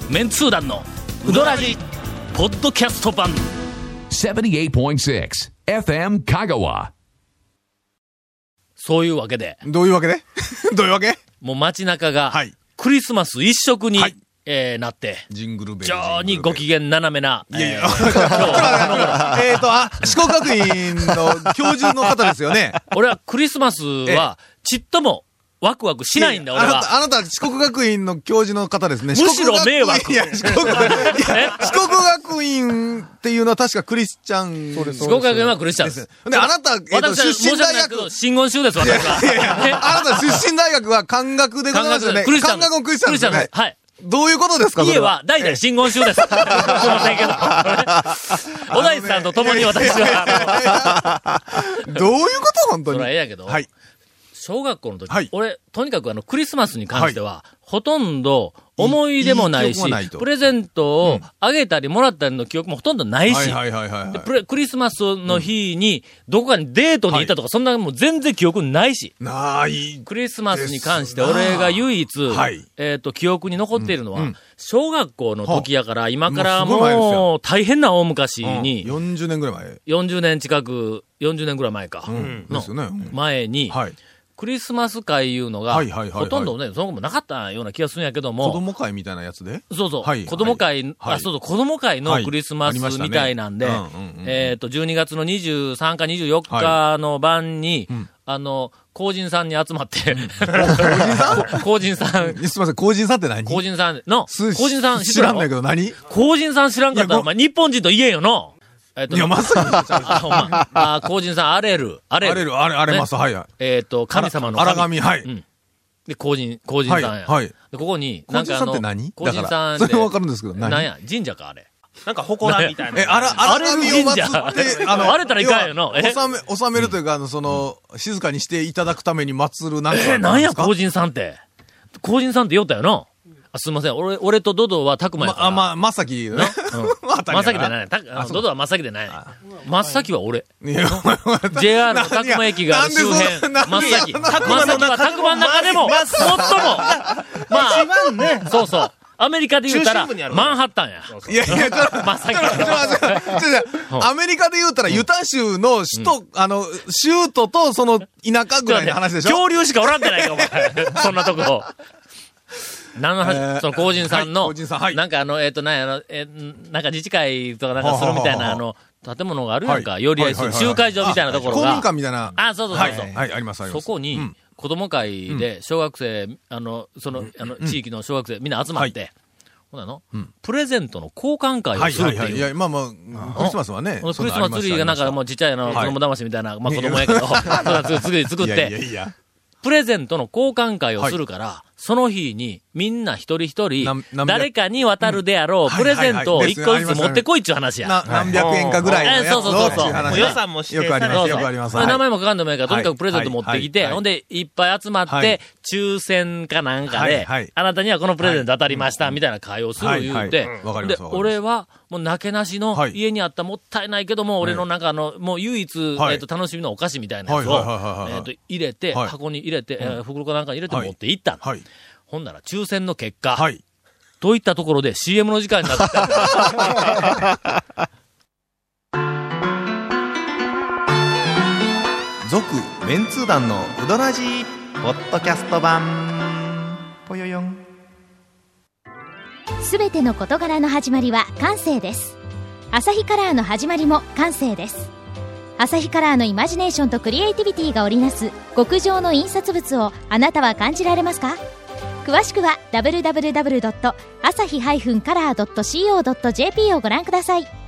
メンツー団のウドラジポッドキャスト版 78.6 FM 香川。 そういうわけでどういうわけでどういうわけもう街中がはいクリスマス一色に、 はいなってジングルベル。 非常にご機嫌斜めな、 いやいや、四国学院の教授の方ですよね。 俺はクリスマスはちっともワクワクしないんだ、俺は。 あなた四国学院の教授の方ですね。 むしろ迷惑。 いや、四国学院っていうのは確かクリスチャン。 四国学院はクリスチャンです。 で、あなた、 私は申出身大し訳ないけど、 学。 真言宗です、私は。 あなた出身大学は漢学でございますよね。 クリスチャン。 漢学もクリスチャンですよね。 はい。 どういうことですか？ 家は代々真言宗です。すいませんけど。お大師さんと共に私は。 どういうこと本当に。 それはええやけど。 はい。 小学校の時、 はい、 俺、とにかくクリスマスに関しては、ほとんど思い出もないし、プレゼントをあげたりもらったりの記憶もほとんどないし、クリスマスの日にどこかにデートに行ったとか、そんなもう全然記憶ないし、クリスマスに関して俺が唯一、記憶に残っているのは、小学校の時やから、今からもう大変な大昔に、 40年ぐらい前。 40年近く、40年ぐらい前か。 ですよね。 前に、クリスマス会いうのが、ほとんどね、その後もなかったような気がするんやけども。 子供会みたいなやつでそうそう。子供会、子供会のクリスマスみたいなんで、12月の23か24日の晩に、工人さんに集まって。工人さんすみません、工人さんって何？ 工人さんの、工人さん知らんないけど何？ 工人さん知らんかったら、お前日本人と言えんよの。 いや、まさに。工人さん、荒れます、はい。 神様の荒神、はい。 で、工人さんや。はい。で、ここに、 なんか工人さんって何？ 工人さんそれはわかるんですけど、 何や、神社か、あれ。 なんか、祠みたいな。 荒神を祀って、 荒れたらいかんよの。 収めるというか、静かにしていただくために祀るなんか。 なんや、工人さんって。工人さんって言おったよの。すみません。俺とドドはタクマやから。 まさきね。 まさきでない。ドドはまさきでない。まさきは俺。JR のタクマ駅がある周辺。まさき。まさきはタクマの中でも、最も、まあ、そうそう。アメリカで言うたら、マンハッタンや。 いや、 まさき。 アメリカで言うたら、ユタ州の首都、州都とその田舎ぐらいの話でしょ？ 恐竜しかおらんじゃないか、お前。そんなとこ。何の話、その工人さんの、なんかなんか自治会とかなんかするみたいな、建物があるやんか、より集会場みたいなところが。 公民館みたいな。 あ、そう。 はい、あります。 そこに、子供会で小学生、地域の小学生みんな集まって、ほなの、プレゼントの交換会をするっていう。 いや、まあ、クリスマスはね。 クリスマスツリーがなんかもうちっちゃい子供騙しみたいな、まあ子供やけど、作って、プレゼントの交換会をするから、その日にみんな一人一人、誰かに渡るであろう、プレゼントを一個ずつ持ってこいっちゅう話や。 何百円かぐらいのやつを。 そう。 予算も指定されてよくあります。 名前も書かんでもいいから、とにかくプレゼント持ってきて、ほんで、いっぱい集まって、抽選かなんかで、あなたにはこのプレゼント当たりました、みたいな会をする言うて、で、俺は、もうなけなしの家にあったもったいないけども、俺の中の、もう唯一、楽しみのお菓子みたいなやつを、入れて、箱に入れて、袋かなんかに入れて持って行ったの。ほんなら抽選の結果、といったところで CM の時間になって続メンツー団のウドラジーポッドキャスト版ぽよよん。 すべての事柄の始まりは感性です。アサヒカラーの始まりも感性です。アサヒカラーのイマジネーションとクリエイティビティが織りなす極上の印刷物をあなたは感じられますか？詳しくは www.asahi-color.co.jp をご覧ください。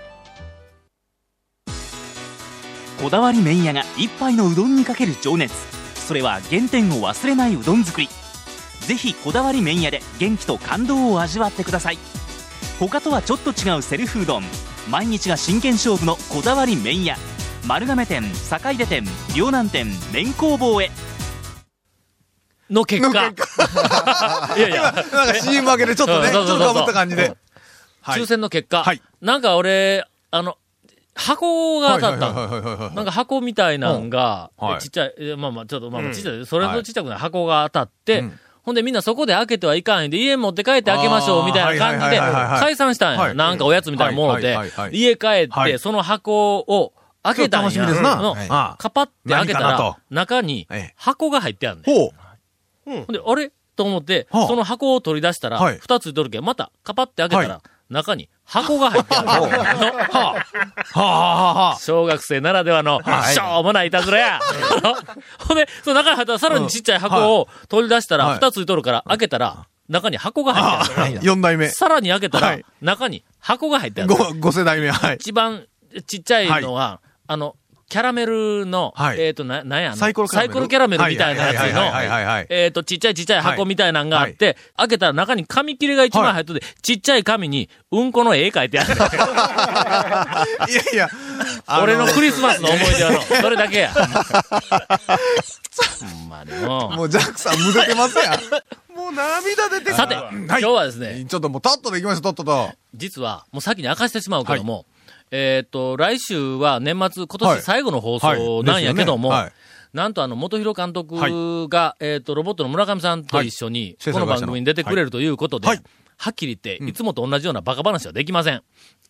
こだわり麺屋が一杯のうどんにかける情熱、それは原点を忘れないうどん作り。ぜひこだわり麺屋で元気と感動を味わってください。他とはちょっと違うセルフうどん、毎日が真剣勝負のこだわり麺屋、丸亀店、坂出店、両南店、麺工房への結果。いやいや。 なんか CM 明けでちょっとね、ちょっとかぶった感じで。 抽選の結果。なんか俺、箱が当たった。なんか箱みたいなんが、ちっちゃい、ちょっとちっちゃい、それとちっちゃくない箱が当たって、 ほんでみんなそこで開けてはいかんで、家持って帰って開けましょうみたいな感じで解散したんや。なんかおやつみたいなもので、家帰ってその箱を開けたんや。カパって開けたら、中に箱が入ってあるんで。ほんで、あれと思って、その箱を取り出したら、二つ取るけん、またカパって開けたら、中に箱が入ってある。小学生ならではの、しょうもないいたずらや。ほんで、その中に入ったらさらにちっちゃい箱を取り出したら、二つ取るから開けたら、中に箱が入ってある。 4代目。 さらに開けたら、中に箱が入ってある。 5世代目、はい。 一番ちっちゃいのは、キャラメルの、なんやサイコロキャラメルみたいなやつの、ちっちゃい箱みたいなのがあって、開けたら中に紙切れが一枚入ってて、ちっちゃい紙にうんこの絵描いてある。 いやいや、 俺のクリスマスの思い出はの、それだけや。ほんまにもうジャックさんむせてますやん。もう涙出てさて、今日はですね、 ちょっともうタッとでいきましょう、とっとと。 実は、もう先に明かしてしまうけども、来週は年末、今年最後の放送なんやけども、なんと元広監督が、ロボットの村上さんと一緒に、この番組に出てくれるということで、はっきり言って、いつもと同じようなバカ話はできません。だ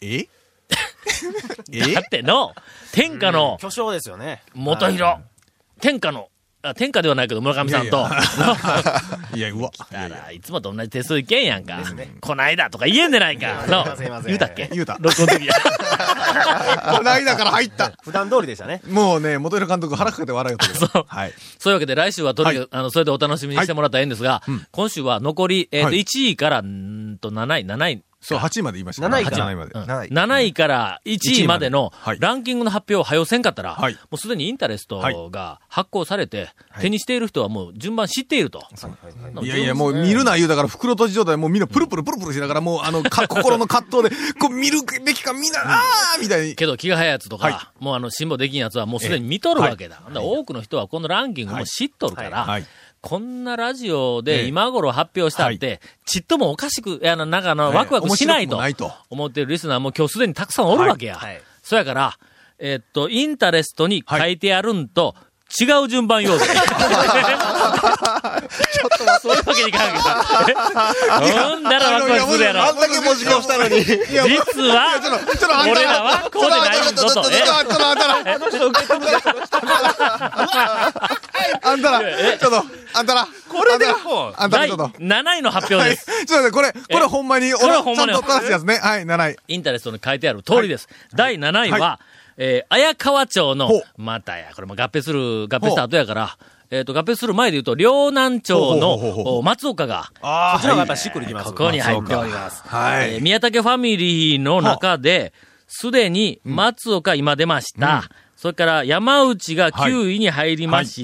っての、天下の、 巨匠ですよね。 元広、天下ではないけど村上さんと。 いや、うわ。 いつもと同じ手数いけんやんか。こないだとか言えんでないか。言うたっけ？ 言うた。 録音の時や。 こないだから入った。 普段通りでしたね。 もうね、元広監督腹かけて笑うと。 そう。はい。そういうわけで来週はとにかく、それでお楽しみにしてもらったらええんですが、今週は残り、1位から7位。 そう、8位まで言いました。 7 位から1位までのランキングの発表を早よせんかったら、もうすでにインタレストが発行されて、手にしている人はもう順番知っていると。 いやいや、もう見るな言うだから袋閉じ状態、もうみんなプルプルしながら、もう心の葛藤で、こう見るべきか見な、みたいに。 けど気が早いやつとか、もう辛抱できんやつはもうすでに見とるわけだ。多くの人はこのランキングも知っとるから、こんなラジオで今頃発表したって、ちっともおかしく、なんかワクワクしないと思っているリスナーも今日すでにたくさんおるわけや。そやから、インタレストに書いてあるんと、違う順番用で。ちょっとそういうわけにいかんけど。ほんだらワクワクするやろ。 あんだけ文字化したのに。実は、俺らはこうでないぞと。 あんたら、これで、 第7位の発表です。 ちょっと待って、これほんまに、俺、ちゃんと正しいやつね。はい、7位。 インタレストに書いてある通りです。第7位は、綾川町の、またや、これも合併した後やから、合併する前で言うと、両南町の松岡が、 こちらがやっぱりしっくりきます。 ここに入っております。宮武ファミリーの中で、すでに松岡今出ました。それから山内が9位に入りました。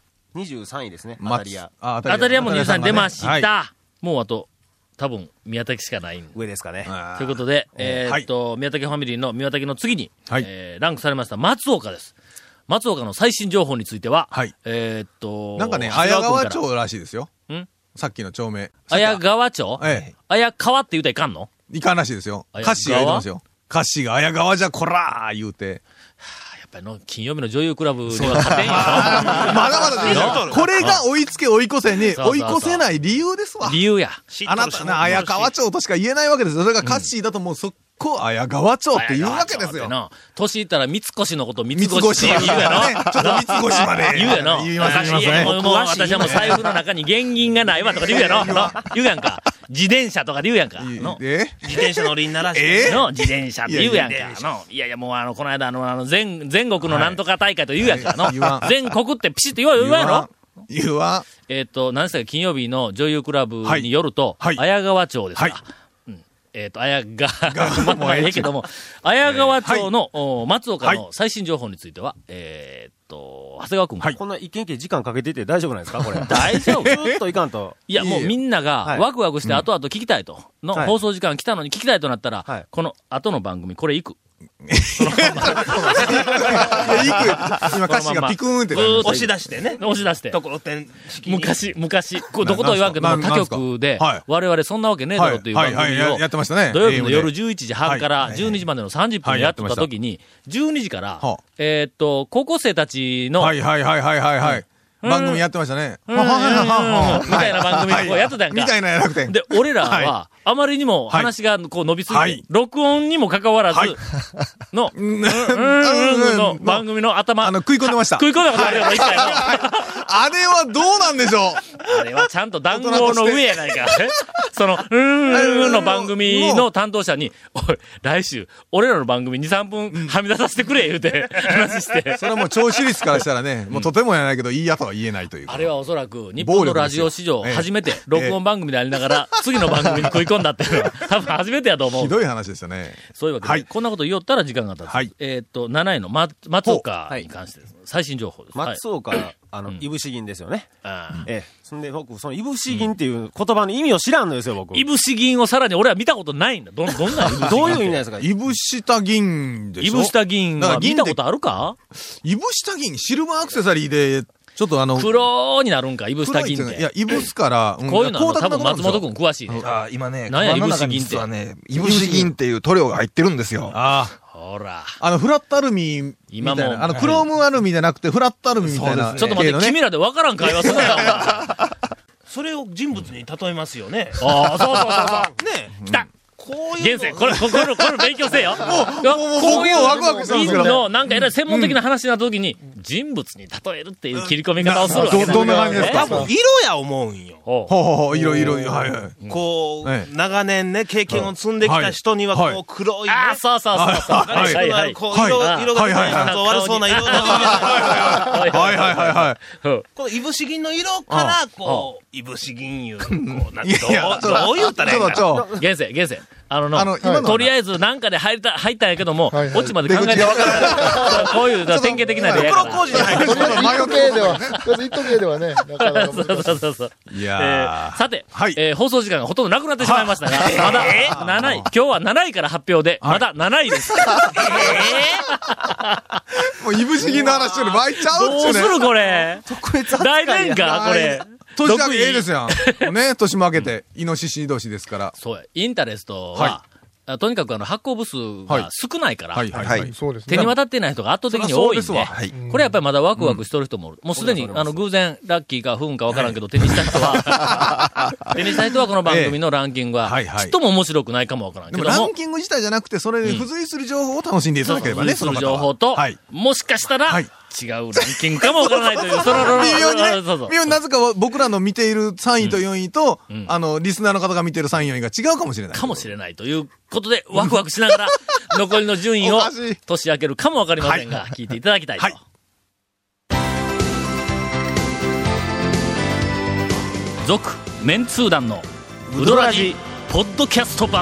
23位ですね、 当たり屋も23位出ました。もうあと、多分、宮武しかない。 上ですかね。 ということで、宮武ファミリーの宮武の次に、ランクされました松岡です。松岡の最新情報については、なんかね、綾川町らしいですよ。さっきの町名。 綾川町？綾川って言うたらいかんの？ いかんらしいですよ。歌詞が言うてますよ。歌詞が綾川じゃこらー言うて。 やっぱり金曜日の女優クラブには勝てんよ。 まだまだでしょ。これが追いつけ追い越せに、追い越せない理由ですわ。 理由や。 あなたね、綾川町としか言えないわけですよ。それが歌詞だともう速攻綾川町って言うわけですよ。 年いったら三越のこと三越って言うやろ。 ちょっと三越まで。 言うやろ。 言いますね。 もう私はもう財布の中に現金がないわとか言うやろ。言うやんか。自転車とかで言うやんか。 自転車乗りにならして。 自転車って言うやんか。いやいやもうこの間全国のなんとか大会と言うやんか。全国ってピシッと言わんやろ。 言わん。 何ですか金曜日の女優クラブによると、綾川町ですか。綾川、まあええけども、綾川町の松岡の最新情報については、長谷川くん。 こんな一件一件時間かけてて大丈夫なんですかこれ。 大丈夫。 ずーっといかんと。 いや、もうみんながワクワクして後々聞きたいと。の放送時間来たのに聞きたいとなったら、この後の番組、これ行く。 今歌詞がピクーンって押し出してね。 押し出して。 ところてん昔、これどことは言わんけど、他局で、我々そんなわけねえだろっていう番組を、 やってましたね。 土曜日の夜11時半から12時までの30分やってた時に、12時から、高校生たちの、 番組やってましたね。 みたいな番組をやってたやんか。 みたいなやなくて。 で、俺らは、あまりにも話がこう伸びすぎて、録音にも関わらず、の番組の頭。 食い込んでました。 食い込んでました、あれは一回の。 あれはどうなんでしょう。 あれはちゃんと談合の上やないか。その、の番組の担当者に、おい、来週、俺らの番組2、3分はみ出させてくれ、言うて、話して。 それはもう聴取率からしたらね、もうとてもやないけど、いいやとは言えないという。 あれはおそらく、日本のラジオ史上、初めて、録音番組でありながら、次の番組に食い込んだっていうのは、多分初めてやと思う。 ひどい話ですよね。 そういうわけで、こんなこと言おったら時間が経つ。7位の松岡に関してです。最新情報です。 松岡、いぶし銀ですよね。そんで僕、そのいぶし銀っていう言葉の意味を知らんのですよ、僕。 いぶし銀をさらに俺は見たことないんだ。どんなどういう意味なんですか？ いぶした銀でしょ？ いぶした銀は見たことあるか？ いぶした銀、シルバーアクセサリーで、ちょっと黒になるんか、いぶした銀って。 いや、いぶすから、 こういうのは多分松本くん詳しいね。 今ね、 何や、いぶし銀って。 いぶし銀っていう塗料が入ってるんですよ。 ほら。 フラットアルミみたいな。クロームアルミじゃなくて、フラットアルミみたいな。 ちょっと待って、君らで分からん会話するなよ。 それを人物に例えますよね。 そう。ねえ。来た。現世、これ勉強せよ。 こういうワクワクしたんですけど。 の、なんかえらい専門的な話になった時に、人物に例えるっていう切り込み方をするわけだ。 どんな感じですか？ 多分、色や思うんよ。 色、はい。 こう、長年ね、経験を積んできた人には、こう、黒いね。 そう。 色が悪そうな色がはい。 このいぶし銀の色から、こう、いぶし銀いう、こう、なんかどう言ったらいいんだ？ 現世。とりあえずなんかで入ったんやけども、オチまで考えてわからない。こういう典型的な例やから。 工事に入る。 一時計ではね、なかなかそう。いやさて、放送時間がほとんどなくなってしまいましたが、まだ7位。今日は7位から発表で、まだ7位です。 もういぶし銀の話より湧いちゃうっちゅうね。 どうするこれ。来年かこれ。 年明けいいですやん。ね、年も明けて、イノシシ年ですから。 そうや。インタレストは、とにかく発行部数が少ないから、手に渡ってない人が圧倒的に多いんで、これやっぱりまだワクワクしとる人もおる。もうすでに、偶然、ラッキーか不運かわからんけど、手にした人はこの番組のランキングは、ちっとも面白くないかもわからんけども。 でもランキング自体じゃなくて、それに付随する情報を楽しんでいただければね、 付随する情報と、もしかしたら、違うランキングかもわからないという、 微妙になぜか僕らの見ている3位と4位と、リスナーの方が見ている3位、4位が違うかもしれない。 かもしれないということで、ワクワクしながら、残りの順位を年明けるかもわかりませんが、聞いていただきたいと。続、メンツー団のウドラジポッドキャスト版。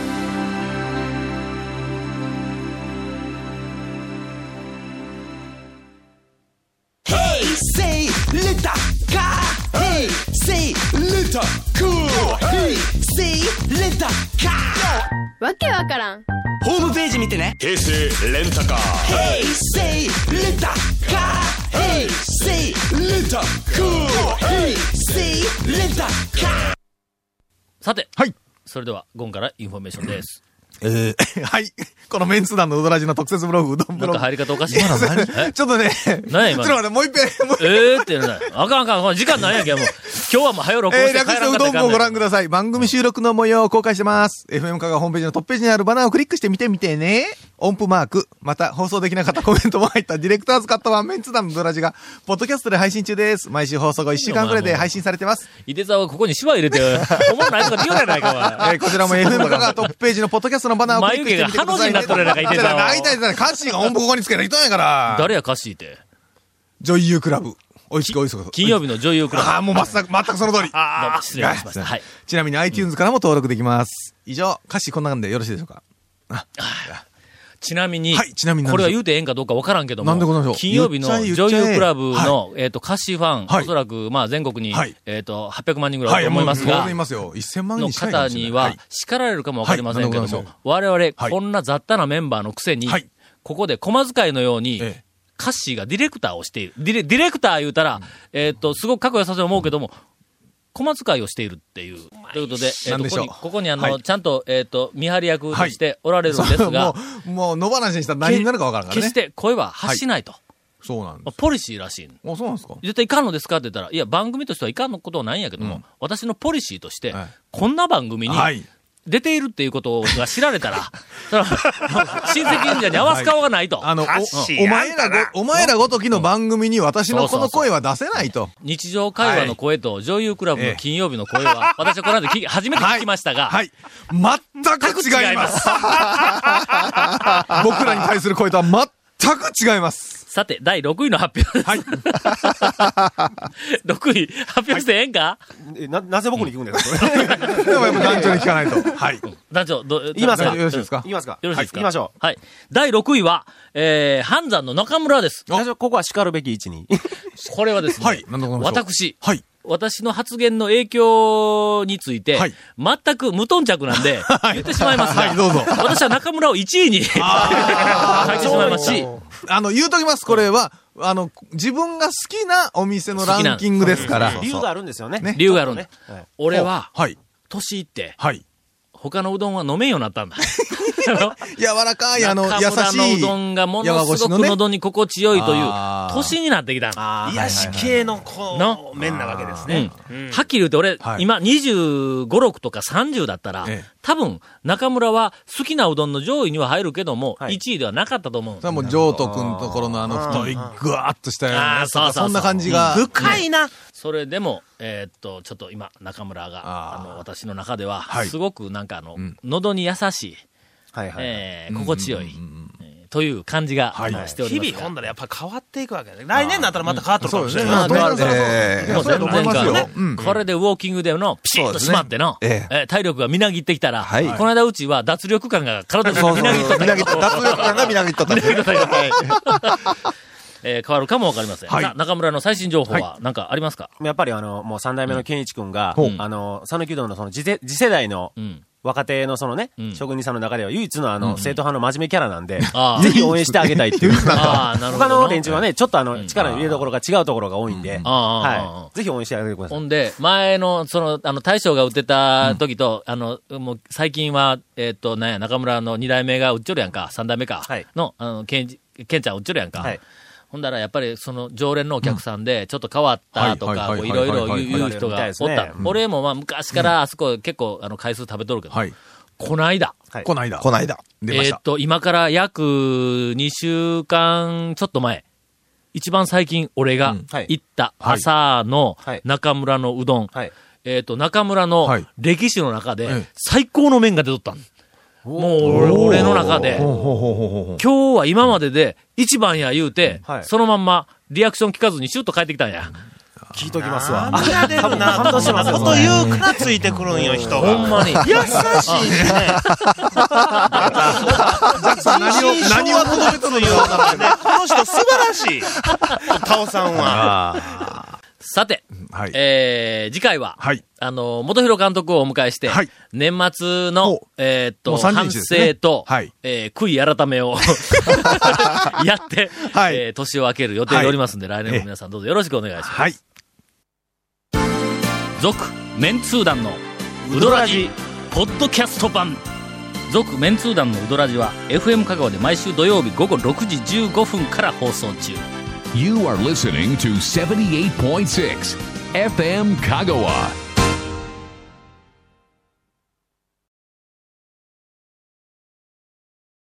Say little car. Hey, say little cool. Hey, say little car. わけわからん。 ホームページ見てね。平成レンタカー。Hey, say little car. Hey, say little cool. Hey, say little car. さて、それではゴンからインフォメーションです。 はい。このメンツ団のうどらじの特設ブログ、うどんブログ。 なんか入り方おかしい。 ちょっとね。 何や今の。 ちょっと待って、もう一遍。ってな。あかん。時間ないやんけ、もう。今日はもう早録音して帰らんかったら。 略してうどん部をご覧ください。番組収録の模様を公開してます。FM 香川ホームページのトップページにあるバナーをクリックしてみてみてね。音符マーク。また、放送できなかったコメントも入ったディレクターズカット版メンツ団のうどらじが、ポッドキャストで配信中です。毎週放送後1週間くらいで配信されてます。 井出沢はここにシワ入れて、おもろないとか言うやないか、 こちらも FM 香川トップページのポッドキャストのバナーをクリックしてみてください。 眉毛がハの字になっとるやないか、井出沢。 大体カッシーが音符ここにつけた人やから。 誰やカッシーって。 女優クラブ。おいしくおいしく。 金曜日の女優クラブ。 もう全くその通り。 どうも失礼しました。はい。 ちなみに iTunes からも登録できます。以上、カッシーこんな感じでよろしいでしょうか。 ちなみに、 これは言うてええんかどうかわからんけども、金曜日の女優クラブの、カッシーファン、おそらく、全国に、800万人ぐらいと思いますが、の方には叱られるかもわかりませんけども、我々、こんな雑多なメンバーのくせに、ここで駒遣いのように、カッシーがディレクターをしている。ディレクター言うたら、すごくかっこよさそうに思うけども、駒遣いをしているっていう。ということで、ここにちゃんと、見張り役としておられるんですが、 もう野放しにしたら何になるかわからんからね。 決して声は発しないと。 そうなんです。 ポリシーらしい。 あ、そうなんですか。 絶対いかんのですかって言ったら、いや、番組としてはいかんのことはないんやけども、私のポリシーとして、こんな番組に、出ているっていうことが知られたら、その親戚忍者に合わす顔がないと。 お前らごときの番組に私のこの声は出せないと。 日常会話の声と女優クラブの金曜日の声は、私はこの間初めて聞きましたが、 はい。全く違います。僕らに対する声とは全く違います。 さて、第6位の発表です。はい。6位、発表してええんか？ なぜ僕に聞くんですか？ でもやっぱ団長に聞かないと。はい。 団長、 言いますか？ よろしいですか？ 言いますか？ よろしいですか？ 言いましょう。はい。第6位は、半山の中村です。 ここは叱るべき位置に。 これはですね、 はい。 私。 はい。 私の発言の影響について、全く無頓着なんで、言ってしまいますが、 はい、どうぞ。 私は中村を1位に書いてしまいますし、 言うときます、これは、自分が好きなお店のランキングですから。 理由があるんですよね。 理由があるんだ。俺は、年いって、他のうどんは飲めんようになったんだ。 柔らかい、優しい。 中村のうどんがものすごく喉に心地よいという、年になってきたん。 癒し系の麺なわけですね。 はっきり言うと俺、今25、6とか30だったら、多分、中村は好きなうどんの上位には入るけども、1位ではなかったと思う。 それはもう、譲渡くんのところの太い、ぐわーっとしたような、そんな感じが。 深いな。 それでも、ちょっと今、中村が、私の中では、すごくなんか喉に優しい、心地よい、という感じがしております。 日々、ほんだらやっぱ変わっていくわけで。来年になったらまた変わってるかもしれない。 でも全然変わる。これでウォーキングでの、ピシッと締まっての、体力がみなぎってきたら、この間うちは脱力感が体でみなぎっとった。 脱力感がみなぎっとった。 変わるかもわかりません。さあ、中村の最新情報は何かありますか？ やっぱりもう三代目の健一君が、讃岐うどんのその次世代の、若手のそのね、職人さんの中では唯一の正統派の真面目キャラなんで、ぜひ応援してあげたいっていう。他の連中はね、ちょっと力の入れどころが違うところが多いんで、ぜひ応援してあげてください。 ほんで、前の、大将が売ってた時と、もう最近は、中村の2代目が売っちょるやんか、3代目か、の、ケンちゃん売っちょるやんか。ほんだら、やっぱり、常連のお客さんで、ちょっと変わったとか、いろいろ言う人がおった。俺も昔からあそこ結構、回数食べとるけど、こないだ。 出ました。 今から約2週間ちょっと前、一番最近俺が行った朝の中村のうどん、中村の歴史の中で最高の麺が出とったん。もう俺の中で、今日は今までで一番や言うて、そのまんまリアクション聞かずにシュッと帰ってきたんや。 聞いときますわ。 あられるな、こと言うからついてくるんよ、人が。 ほんまに。 優しいね。何を求めとるようなね。この人素晴らしい。タオさんは。 さて、次回は、元弘監督をお迎えして、年末の、反省と、悔い改めをやって、年を明ける予定でおりますんで、来年も皆さんどうぞよろしくお願いします。続、メンツー団のウドラジポッドキャスト版。続メンツー団のウドラジは FM 香川で毎週土曜日午後6時15分から放送中。 You are listening to 78.6 FM Kagawa.